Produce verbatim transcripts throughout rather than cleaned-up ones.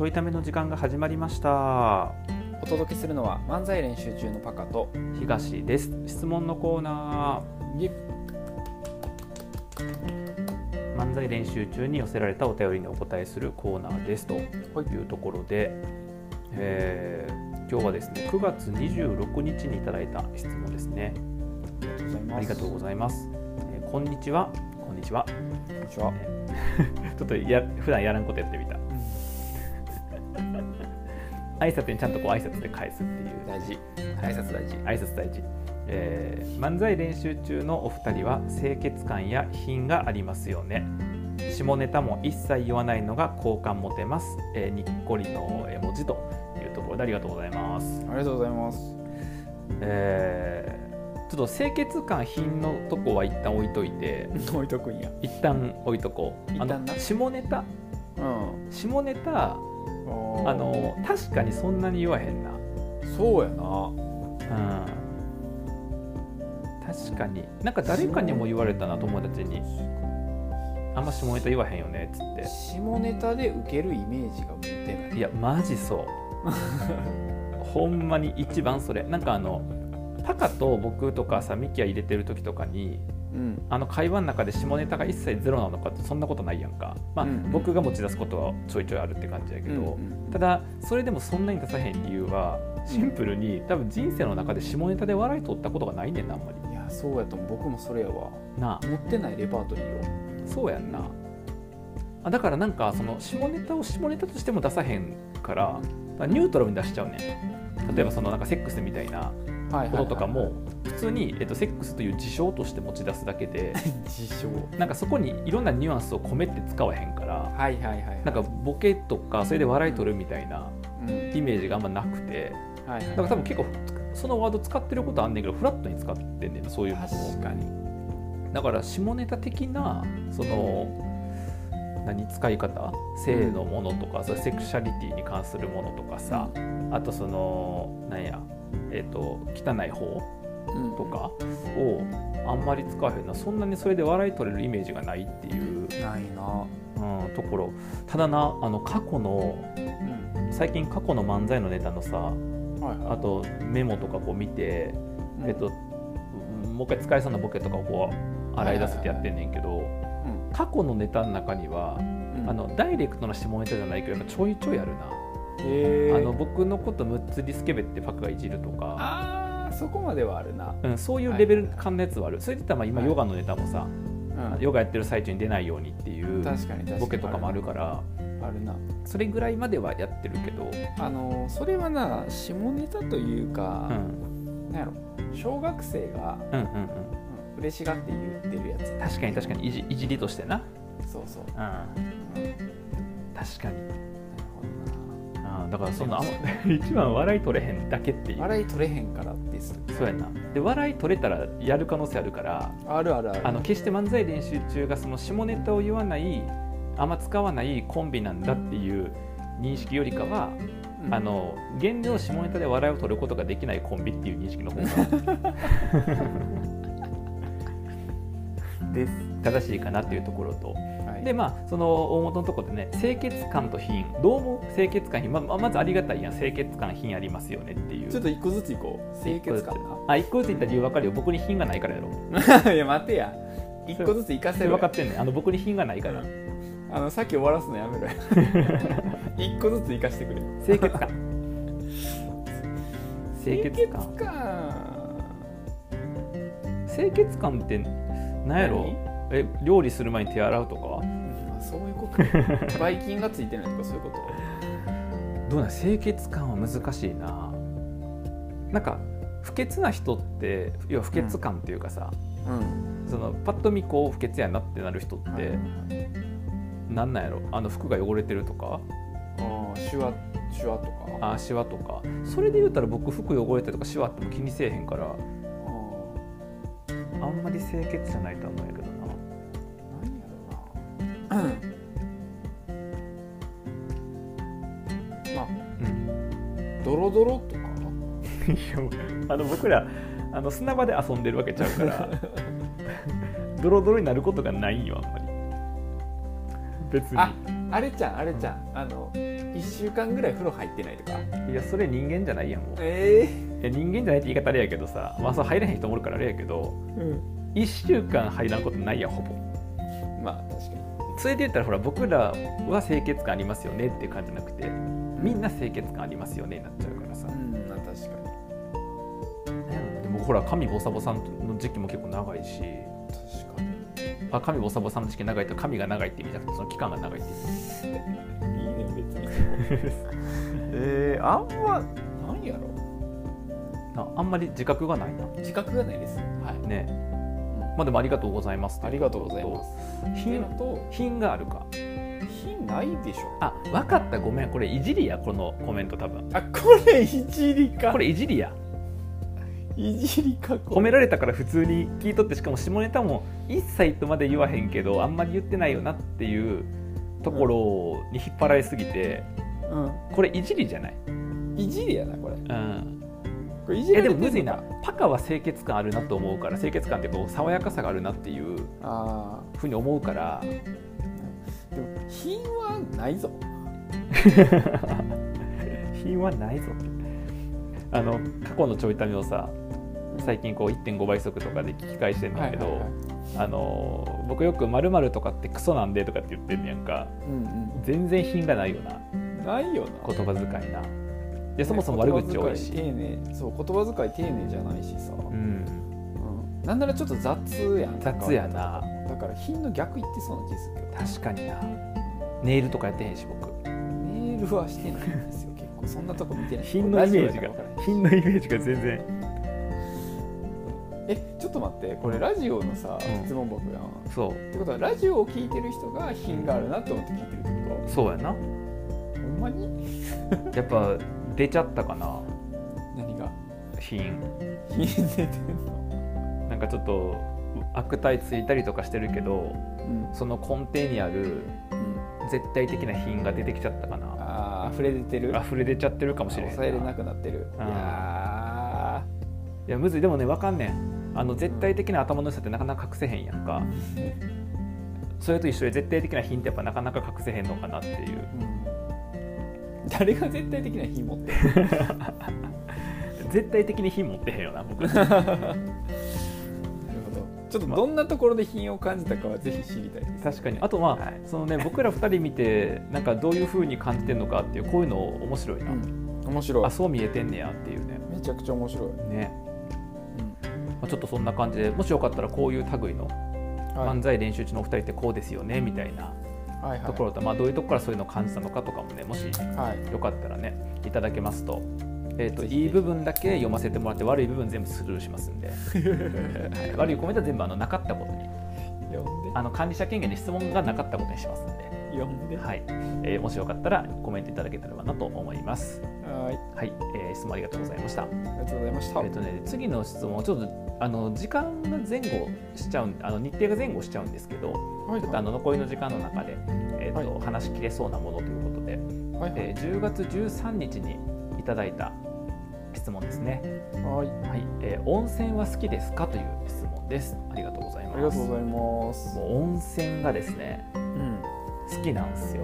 ちょいための時間が始まりました。 お届けするのは漫才練習中のパカと東です。質問のコーナー。漫才練習中に寄せられたお便りにお答えするコーナーですというところで、えー、今日はですねくがつにじゅうろくにちにいただいた質問ですね。ありがとうございます。えー、こんにちは。こんにちは。 こんにちは。 ちょっとや普段やらんことやってみた。挨拶にちゃんとこう挨拶で返すっていう大事。挨拶大事。 挨拶大事。えー、漫才練習中のお二人は清潔感や品がありますよね。下ネタも一切言わないのが好感持てます。えー、にっこりの絵文字というところでありがとうございます。 ありがとうございます。 えー、ちょっと清潔感品のとこは一旦置いといて置いとくんや。 一旦置いとこう。 一旦な。 あの下ネタ、 うん、 下ネタあの確かにそんなに言わへんな。 そうやな、 うん、確かになんか誰かにも言われたな、友達にあんま下ネタ言わへんよねっつって。 下ネタで受けるイメージが持てない。 いやマジそうほんまに一番それ。なんかあのパカと僕とかさミキヤ入れてる時とかに、うん、あの会話の中で下ネタが一切ゼロなのかってそんなことないやんか。まあ、うんうん、僕が持ち出すことはちょいちょいあるって感じやけど、うんうん、ただそれでもそんなに出さへん理由はシンプルに多分人生の中で下ネタで笑い取ったことがないねんな、あんまり。 いやそうやと思う。僕もそれやわな。持ってないレパートリーよ。 そうやんな。あだからなんかその下ネタを下ネタとしても出さへんからニュートラルに出しちゃうねん。例えばそのなんかセックスみたいなこととかも普通に、えっと、セックスという事象として持ち出すだけで事象なんかそこにいろんなニュアンスを込めて使わへんから、 はいはいはいはい、 なんかボケとかそれで笑い取るみたいなイメージがあんまなくて、うんうん、だから多分結構そのワード使ってることあんねんけどフラットに使ってんねん、そういうのを。 確かに。 だから下ネタ的なその何使い方、性のものとか、うん、それセクシャリティに関するものとかさ、うん、あとそのなんや、えーと、汚い方とかをあんまり使わへんな。そんなにそれで笑い取れるイメージがないっていうないな、 うん、ところ。ただな、あの過去の、うん、最近過去の漫才のネタのさ、はいはい、あとメモとかこう見て、うん、えっともう一回使えそうなボケとかをこう洗い出せてやってんねんけど、はいはいはい、過去のネタの中には、うん、あのダイレクトな下ネタじゃないけどちょいちょいあるな。 へー。 あの僕のことむっつりスケベってパクがいじるとか、 あーそこまではあるな、 うん、そういうレベル感のやつはある、はい、それで言ったらまあ今ヨガのネタもさ、はい、ヨガやってる最中に出ないようにっていうボケとかもあるからあるな。 それぐらいまではやってるけど、 あのそれはな下ネタというか、うん、なんやろ小学生が、うんうんうん、嬉しがって言ってるやつ。 確かに確かに いじ、いじりとしてな。 そうそう、 うんうん、確かに。なるほどな。あだからその一番笑い取れへんだけっていう。 笑い取れへんからです。 そうやな。で笑い取れたらやる可能性あるから。 あるあるある。あの決して漫才練習中がその下ネタを言わないあんま使わないコンビなんだっていう認識よりかは、うん、あの現状下ネタで笑いを取ることができないコンビっていう認識の方がです正しいかなっていうところと、はい、でまあその大元のところでね、清潔感と品どう思う？清潔感品、まあ、まずありがたいやん、清潔感品ありますよねっていう。 ちょっと一個ずついこう。清潔感なあ一個ずついった理由分かるよ。僕に品がないからやろいや待てや、一個ずついかせる。 分かってんねん。あの僕に品がないから、うん、 あのさっき終わらすのやめろよ一個ずついかしてくれ。 清潔感清潔感清潔感って何やろ？え料理する前に手洗うとか、うん、 そういうことばい菌がついてないとかそういうこと。 どうなん？清潔感は難しいな。なんか不潔な人って要は不潔感っていうかさ、うん、そのパッと見こう不潔やなってなる人って、はいはい、なんなんやろ？あの服が汚れてるとか、 あシワシワとか、 あシワとか。それで言うたら僕服汚れてるとかシワっても気にせえへんから、あんまり清潔じゃないと思うんやけどな。 何やろな、うん、まあ、うん、ドロドロとかあの僕らあの砂場で遊んでるわけちゃうからドロドロになることがないよあんまり。別にああれちゃんあれちゃん、うん、あのいっしゅうかんぐらい風呂入ってないとか。 いやそれ人間じゃないやんもう。 ええー、人間じゃないって言い方あれやけどさ、まあそう入れへん人もおるからあれやけど、うん、いっしゅうかん入らんことないやんほぼ。 まあ確かに。 それで言ったらほら僕らは清潔感ありますよねっていう感じじゃなくて、みんな清潔感ありますよねになっちゃうからさ。うん、 まあ確かに。でもほら髪ボサボサの時期も結構長いし。 確かに。 あ、髪ボサボサの時期長いと髪が長いって意味じゃなくてその期間が長いって意味。 いいね別に。えー、あんまなんやろ。 あ, あんまり自覚がないな。 自覚がないです。はいね。まあでもありがとうございます。 ありがとうございます。 品と品があるか。 品ないでしょ。 あ、分かった。ごめん。これいじりやこのコメント多分。 あ、これいじりか。 これいじりや。 いじりか。 褒められたから普通に聞いとって、しかも下ネタも一切とまで言わへんけどあんまり言ってないよなっていうところに引っ張られすぎて、うん、これいじりじゃない。 いじりやなこれ。うん。これいじえでもむずいな。パカは清潔感あるなと思うから、清潔感ってこう爽やかさがあるなっていうふうに思うから。 でも品はないぞ。 品はないぞ。あの過去のちょいためをさ、最近こう いってんご 倍速とかで聞き返してんだけど、はいはいはい、あの僕よく〇〇とかってクソなんでとかって言ってんねやんか、うんうん、全然品がないよな。 ないよな。 言葉遣いな。でそもそも悪口多いし、 丁寧。そう言葉遣い丁寧じゃないしさ、うんうん、なんならちょっと雑やん。 雑やな。 だから品の逆言ってそうな気するけど。 確かにな。ネイルとかやってへんし僕。 ネイルはしてないんですよ結構。そんなとこ見てない。 品のイメージが品のイメージが全然。 えちょっと待って、これラジオのさ、うん、質問箱やん。 そう。 ってことはラジオを聞いてる人が品があるなって思って聞いてるってこと？ そうやな。 ほんまに？ やっぱ出ちゃったかな。 何が？ 品。 品出てんの？ なんかちょっと悪態ついたりとかしてるけど、うん、その根底にある絶対的な品が出てきちゃったかな。 ああ、溢れ出てる。 溢れ出ちゃってるかもしれない。 抑えれなくなってる。いやいやむずい。でもね、わかんねん。あの絶対的な頭の良さってなかなか隠せへんやんか。それと一緒で絶対的な品ってやっぱなかなか隠せへんのかなっていう。うん、 誰が絶対的な品持ってる？ 絶対的に品持ってへんよな僕。 なるほど。ちょっとどんなところで品を感じたかはぜひ知りたいです。 確かに。あとまあ、はい、そのね僕らふたり見てなんかどういう風に感じてるのかっていう、こういうの面白いな。うん、 面白い。 あ、そう見えてんねやっていうね。 めちゃくちゃ面白いね。うん、まあ、ちょっとそんな感じで、もしよかったらこういう類の漫才練習中のお二人ってこうですよねみたいなところと、はいはい、まあ、どういうところからそういうのを感じたのかとかもね、もしよかったらね、はい、いただけますと、えーと、いい部分だけ読ませてもらって悪い部分全部スルーしますんで、はい、悪いコメントは全部あのなかったことに、あの管理者権限で質問がなかったことにしますんで、 読んで、 はい、えー、もしよかったらコメントいただけたらなと思います。 はい、 はい、えー、質問ありがとうございました。ありがとうございました。 えーとね、次の質問はちょっとあの時間が前後しちゃうん、あの日程が前後しちゃうんですけど、はいはい、ちょっとあの残りの時間の中で、えーとはい、話しきれそうなものということで、はいはい、えー、じゅうがつじゅうさんにちにいただいた質問ですね。はい、はい、えー、温泉は好きですかという質問です。ありがとうございます。 ありがとうございます。 もう温泉がですね、うん、好きなんですよ。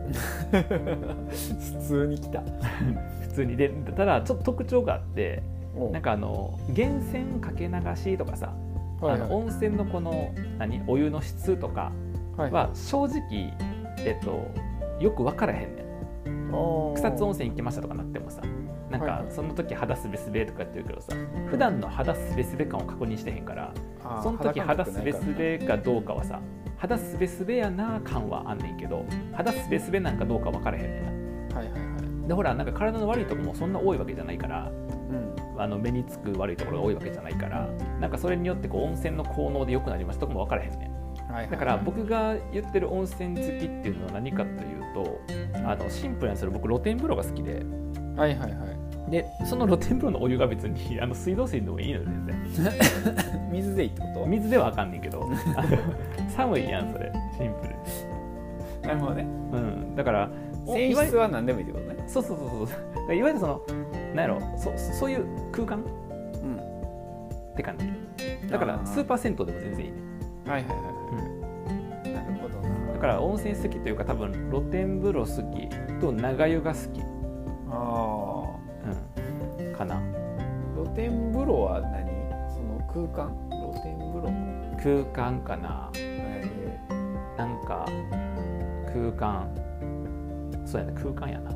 普通に来た。 普通にで、ただちょっと特徴があって、なんかあの源泉かけ流しとかさ、はいはい、あの温泉のこの何お湯の質とかは正直、えっと、よく分からへんねん。草津温泉行きましたとかなってもさ、なんかその時肌すべすべとかって言うけどさ、普段の肌すべすべ感を確認してへんから、その時肌すべすべかどうかはさ、肌すべすべやな感はあんねんけど、肌すべすべなんかどうか分からへんねんな。はいはいはい、でほらなんか体の悪いところもそんな多いわけじゃないから、うん、あの目につく悪いところが多いわけじゃないから、なんかそれによってこう温泉の効能で良くなりましたとかも分からへんねん。はいはいはい、だから僕が言ってる温泉好きっていうのは何かというと、あのシンプルにする僕露天風呂が好きで、はいはいはい、でその露天風呂のお湯が別にあの水道水でもいいのよ全然。 水でいいってこと？ 水ではあかんねんけど、寒いやんそれシンプル。なるほどね。 うん、だから泉質は何でもいいってことね。 そうそうそうそう。いわゆるそのなんやろ、そそういう空間、うん、って感じ。だからスーパー銭湯でも全然いいね。はいはいはい。うん、なるほどな。だから温泉好きというか多分露天風呂好きと長湯が好き。 ああ、うん、かな。 露天風呂は何？その空間？露天風呂の空間かな。 えー、なんか空間、そうやね、空間やな。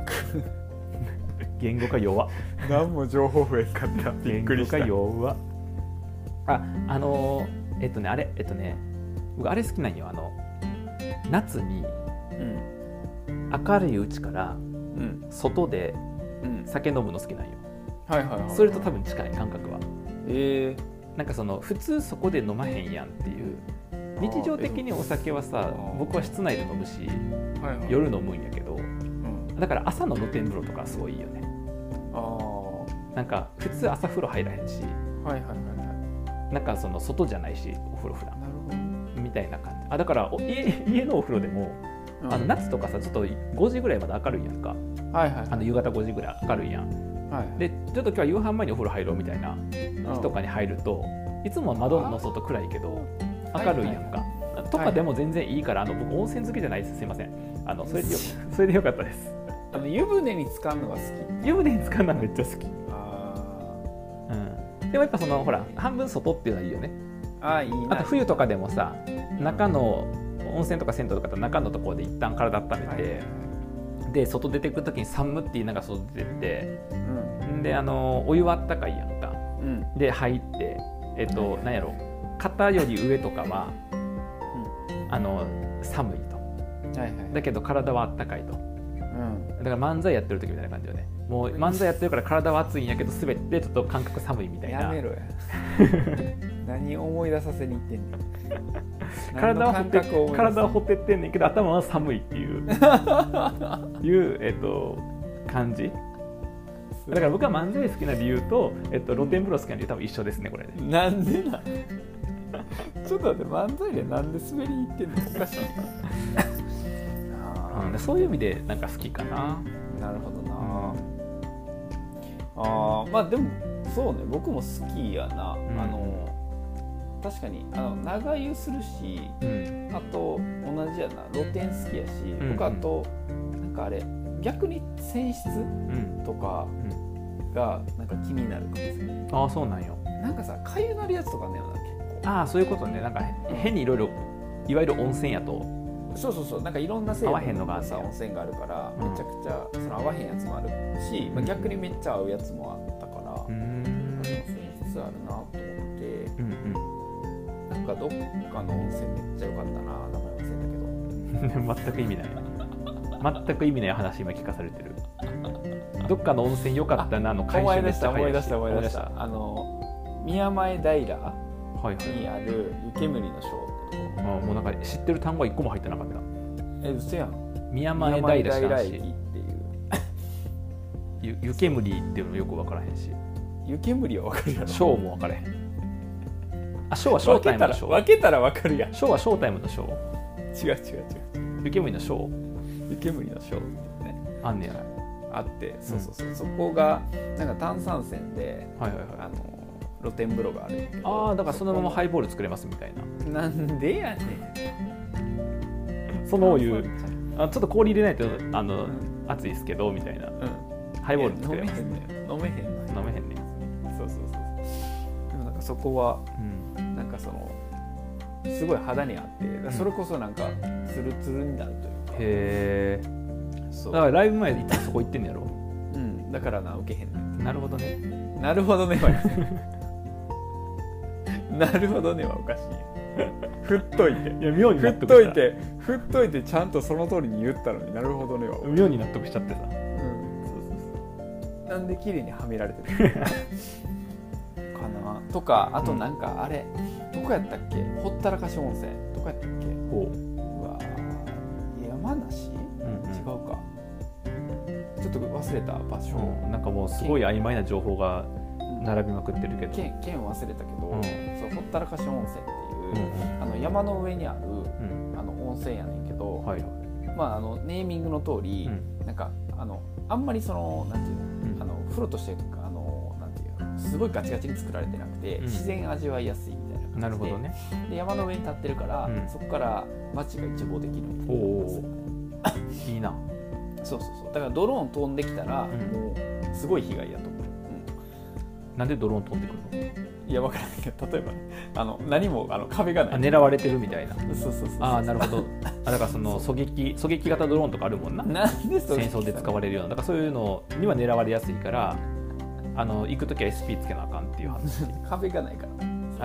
言語化弱。 何も情報増えんかった。びっくりした。 言語化弱。あ、あのー、えっとねあれえっとね僕あれ好きなんよ。あの夏に、うん、明るいうちから外で酒飲むの好きなんよ。 はいはいはい。 それと多分近い感覚は。 えー、 なんかその普通そこで飲まへんやんっていう。日常的にお酒はさ、僕は室内で飲むし、はいはい、夜飲むんやけど、うん、だから朝の露天風呂とかすごいいいよね。あ、なんか普通朝風呂入らへんし、はいはいはいはい、なんかその外じゃないしお風呂フラみたいな感じ。あ、だから家, 家のお風呂でも、うん、あの夏とかさちょっとごじぐらいまで明るいやんか、はいはいはい、あの夕方ごじぐらい明るいやん、はい、でちょっと今日は夕飯前にお風呂入ろうみたいな日とかに入ると、いつもは窓の外暗いけど明るいやんか、はいはい、とかでも全然いいから、あの僕温泉好きじゃないです、すいません。あのそれでよそれでよかったです。 あの湯船に浸かるのが好き。 湯船に浸かるのはめっちゃ好き。あ、うん、でもやっぱそのほら半分外っていうのはいいよね。 あ、いいな。 あと冬とかでもさ、中の温泉とか銭湯とかと中のところで一旦体温めて、はい、で外出てくるときに寒って言いながら外出てって、うん、であのお湯はあったかいやんか、うん、で入ってえっと、はい、なんやろ肩より上とかは、うん、あの寒いと、はいはい、だけど体はあったかいと、うん、だから漫才やってる時みたいな感じよね。もう漫才やってるから体は熱いんやけど滑ってちょっと感覚寒いみたいな。 やめろや。何を思い出させにいってんねん。 体はほて体はほてってんねんけど頭は寒いっていういう、えっと、感じ。だから僕は漫才好きな理由と、えっと、露天風呂好きな理由多分一緒ですねこれね。 なんでな。ちょっと待って、漫才でなんで滑りに行ってんのおかしい。 あ、うん、そういう意味でなんか好きかな。 なるほどな、うん、あ、まあでもそうね、僕も好きやな、うん、あの確かにあの長湯するし、うん、あと同じやな、露天好きやし、うんうん、僕あとなんかあれ逆に泉質とかがなんか気になるかもしれない、うん、 ああそうなんよ。 なんかさ、かゆなるやつとかね、結構。 ああそういうことね。なんか変にいろいろいわゆる温泉やと、 そうそうそう、なんかいろんな成分のさ温泉があるから、めちゃくちゃその合わへんやつもあるし、まあ、逆にめっちゃ合うやつもあったから、うん、泉質あるなと思って、うんうん、なんかどっかの温泉めっちゃ良かったな、名前忘れたけど。 全く意味ない。全く意味ない話今聞かされてる。どっかの温泉良かったなの回収めっちゃ思い出した思い出した思い出した。あの宮前平にある湯煙の章ってとこ。 あ、もうなんか知ってる単語は一個も入ってなかった。 え、嘘やん。 宮前平知らんし。 っていう湯湯煙っていうのよく分からへんし。 湯煙は分かるやろ。 章も分からへん。あ、章はショータイムの章。 分けたら分かるやん。 章はショータイムの章。 違う違う違う。 湯煙の章。 湯煙の章ってね。 あんねや。 あって、そうそうそう、うん、そこがなんか炭酸泉で、はいはいはい、あの露天風呂があるんだけど、 ああ、だからそのままハイボール作れますみたいな。なんでやねん。そのお湯、あ、ちょっと氷入れないとあの、うん、熱いですけどみたいな、うん、ハイボール作れます。 飲めへんねん。飲めへんの。 飲めへんねん。 そうそうそう。でもなんかそこは、うん、なんかそのすごい肌にあって、それこそなんかツルツルになるというか。 へえ。だからライブ前いつもそこ行ってんのやろ。 うん、だからな、受けへんねん。 なるほどね。 なるほどねはなるほどねはおかしい。振っといて、いや妙に納得した。振っといて、振っといてちゃんとその通りに言ったのになるほどねは妙に納得しちゃってさ。うん、 そうそうそう。なんで綺麗にはめられてるかなとか、あとなんかあれ、うん、どこやったっけ？ほったらかし温泉どこやったっけ？ほう。うわ、山梨？うんうん、違うか。ちょっと忘れた場所、 うん、なんかもうすごい曖昧な情報が並びまくってるけど、 県、県忘れたけど、うん、そうほったらかし温泉っていう、うん、あの山の上にある、うん、あの温泉やねんけど、はい、まああのネーミングの通り、うん、なんかあのあんまりそのなんていうの、うん、あの風呂としてあのなんていうのすごいガチガチに作られてなくて、うん、自然味わいやすいみたいな感じで、なるほどね。で山の上に立ってるから、うん、そこから街が一望できるみたいな。おいいな。 そうそうそう、だからドローン飛んできたら、うん、もうすごい被害やと思う、 うん、なんでドローン飛んでくるの？ いや分からないけど、例えばね、あの何もあの壁がない、 あ狙われてるみたいな。 そうそうそうそう、 ああなるほど。あだからその狙撃狙撃型ドローンとかあるもんな。 なんで戦争で使われるような、だからそういうのには狙われやすいから、あの行くときは エスピー つけなあかんっていう話。 壁がないから。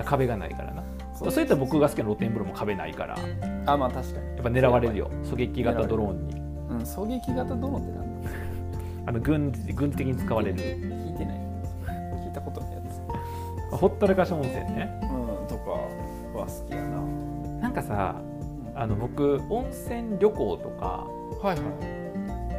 あ壁がないからな。そうそういったら僕が好きな露天風呂も壁ないから。 あまあ確かに。 やっぱ狙われるよ、狙撃型ドローンに。 うん、狙撃型ドローンって何だ？ あの軍事軍事的に使われる。 聞いてない。聞いたことないやつ。 ほったらかし温泉ね。 うんとかは好きやな。 なんかさ、あの僕温泉旅行とか、 はいはい、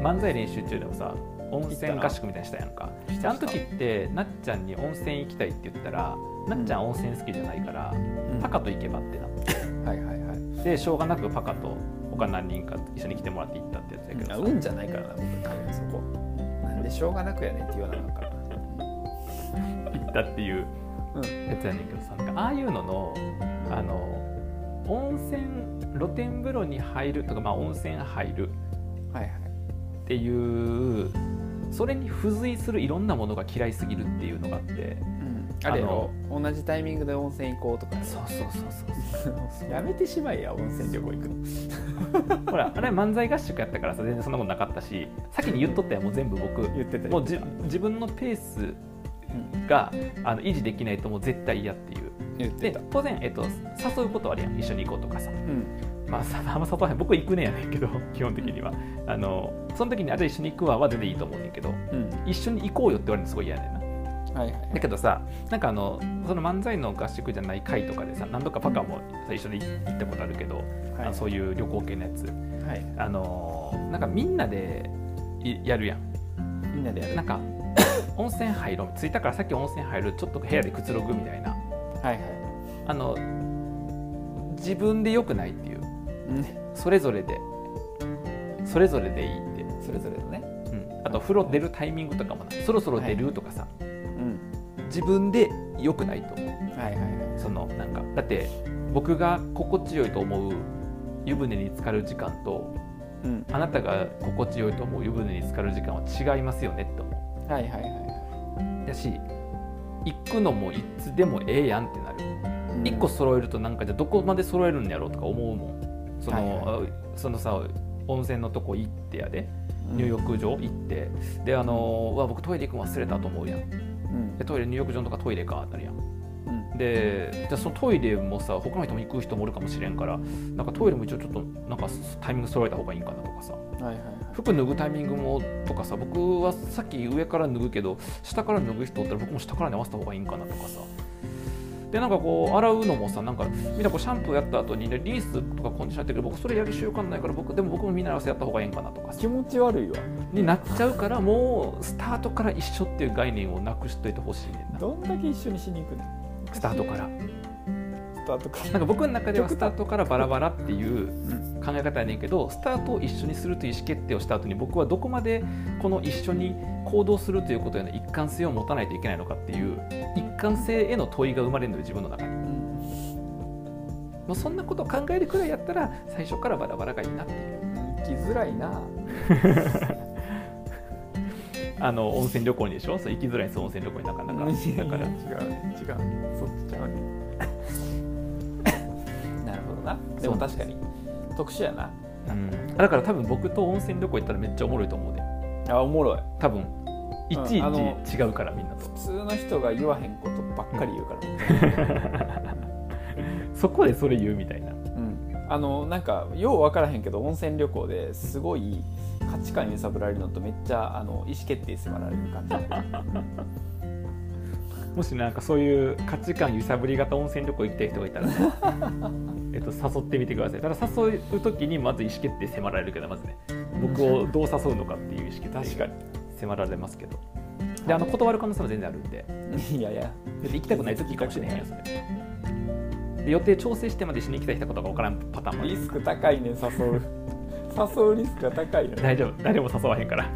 漫才練習中でもさ温泉合宿みたいにしたやんか。あの時ってなっちゃんに温泉行きたいって言ったら、なっちゃん温泉好きじゃないから、うん、パカと行けばってなって、はいはいはい、でしょうがなくパカと他何人か一緒に来てもらって行ったってやつやけどさ、 うん、運じゃないからな僕多分そこなんでしょうがなくやねんって言わなかったから行ったっていうやつやねんけどさ、なんかああいうののあの温泉露天風呂に入るとか、まあ、温泉入るっていう、はいはい、それに付随するいろんなものが嫌いすぎるっていうのがあって、うん、 あれの同じタイミングで温泉行こうとか、 そうそうそうそうやめてしまえや温泉旅行行くのほらあれ漫才合宿やったからさ全然そんなことなかったし、先に言っとったよもう全部僕言ってたもうじ自分のペースが、うん、あの維持できないともう絶対嫌っていう。で当然、えっと、誘うことはあるやん、一緒に行こうとかさ、うん、まああんま誘わへん、僕行くねやねんけど基本的にはあのその時にあれ一緒に行くわは全然いいと思うねんけど、うん、一緒に行こうよって言われるのすごい嫌やねんな、はいはい、だけどさなんかあのその漫才の合宿じゃない会とかでさ何度かパカもさ一緒に行ったことあるけど、はい、あのそういう旅行系のやつ、はい、あのなんかみんなでやるやん、みんなでやるなんか温泉入ろう着いたからさっき温泉入るちょっと部屋でくつろぐみたいな、はいはい、あの自分で良くないっていう、うん、それぞれでそれぞれでいいってそれぞれのね、 うん、あと風呂出るタイミングとかもなそろそろ出るとかさ、はいうん、自分で良くないと思う、はいはいはい、そのなんかだって僕が心地よいと思う湯船に浸かる時間と、うん、あなたが心地よいと思う湯船に浸かる時間は違いますよねって思う、はいはいはい、だし行くのもいつでもええやんってなる、うん、いっこ揃えるとなんかじゃどこまで揃えるんやろうとか思うもん、その、はいはい、そのさ温泉のとこ行ってやで入浴場行って、うん、であのうわ僕トイレ行くの忘れたと思うやん、うん、でトイレ入浴場とかトイレかってなるやん、うん、でじゃそのトイレもさ他の人も行く人もおるかもしれんからなんかトイレも一応ちょっとなんかタイミング揃えた方がいいんかなとかさ、はいはいはい、服脱ぐタイミングもとかさ僕はさっき上から脱ぐけど下から脱ぐ人おったら僕も下からに合わせた方がいいんかなとかさ、でなんかこう洗うのもさなんかみんなこうシャンプーやった後に、ね、リンスとかコンディショナーやってるけど僕それやる習慣ないから僕でも僕もみんな合わせやった方がいいんかなとかさ気持ち悪いわになっちゃうからもうスタートから一緒っていう概念をなくしといてほしいねんな。 どんだけ一緒にしに行くのスタートからスタートからなんか僕の中ではスタートからバラバラっていう考え方やねんけど、スタートを一緒にするという意思決定をした後に僕はどこまでこの一緒に行動するということへの一貫性を持たないといけないのかっていう一貫性への問いが生まれるのよ自分の中に、うん、もうそんなことを考えるくらいやったら最初からバラバラがいいなっていう。 生きづらいなあの温泉旅行にでしょ、そう行きづらいんです温泉旅行になかなかだから違う違うそっちちゃうねなるほどな。でも確かに特殊やな、 うん、だから多分僕と温泉旅行行ったらめっちゃおもろいと思うで。 あおもろい多分いちいち違うから、うん、みんなと普通の人が言わへんことばっかり言うから、 うん、そこでそれ言うみたいな、うん、 あのなんかよう分からへんけど温泉旅行ですごい価値観揺さぶられるのとめっちゃあの意思決定迫られる感じもしなんかそういう価値観揺さぶり型温泉旅行行きたい人がいたら、ねえっと、誘ってみてください。ただ誘う時にまず意思決定迫られるけどまずね僕をどう誘うのかっていう意思決定が迫られますけど、であの断る可能性も全然あるんでいやいや行きたくない時かもしれへんやつでで予定調整してまでしに行きたい人ことが分からんパターンもある。 リスク高いね誘う誘うリスクが高いよね。 大丈夫誰も誘わへんから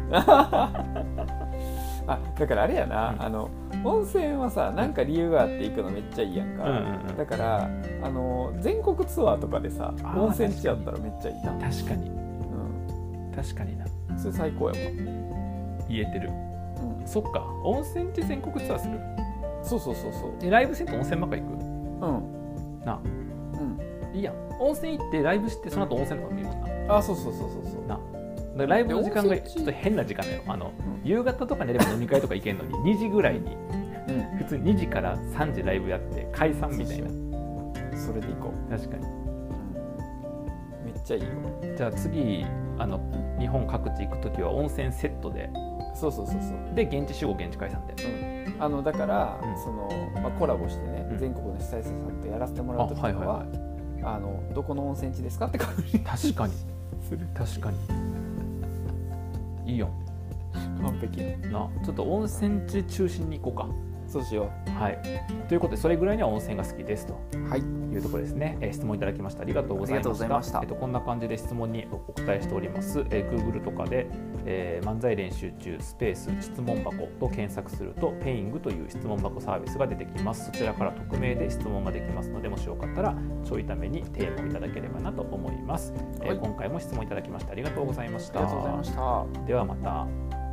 あだからあれやな、うん、あの温泉はさなんか理由があって行くのめっちゃいいやんか、うんうんうん、だからあの全国ツアーとかでさ温泉地やったらめっちゃいいな。 確かに、うん、 確かにな。 それ最高やわ。 言えてる、うん、そっか。温泉って全国ツアーする。 そうそうそうそう。 でライブせんと温泉ばっか行く。 うんな、うん、いいやん。温泉行ってライブしてその後温泉とかもいいもんな。 あ、そうそうそうそうそうな。だライブの時間がちょっと変な時間だよ。あの、うん、夕方とか寝れば飲み会とか行けんのににじぐらいに、うん、普通ににじからさんじライブやって解散みたいな。 それで行こう。 確かに、うん、 めっちゃいいよ。 じゃあ次あの日本各地行くときは温泉セットで。 そうそうそうそう。 で現地集合現地解散で、 うん、あのだから、うん、そのまあ、コラボしてね、うん、全国の主催者さんとやらせてもらうときとかは、はいはいはい、あのどこの温泉地ですかって確認確かにする。確かにいいよ。 完璧な。ちょっと温泉地中心に行こうか。 そうしよう。はい。ということでそれぐらいには温泉が好きですと、はい、いうところですね。えー、質問いただきました。ありがとうございました。ありがとうございました。えっとこんな感じで質問にお答えしております。えー、Google とかで、えー、漫才練習中スペース質問箱と検索するとペイングという質問箱サービスが出てきます。そちらから匿名で質問ができますので、もしよかったらちょいためにテーマをいただければなと思います。はい、えー、今回も質問いただきましてありがとうございました。 ありがとうございました。 ではまた。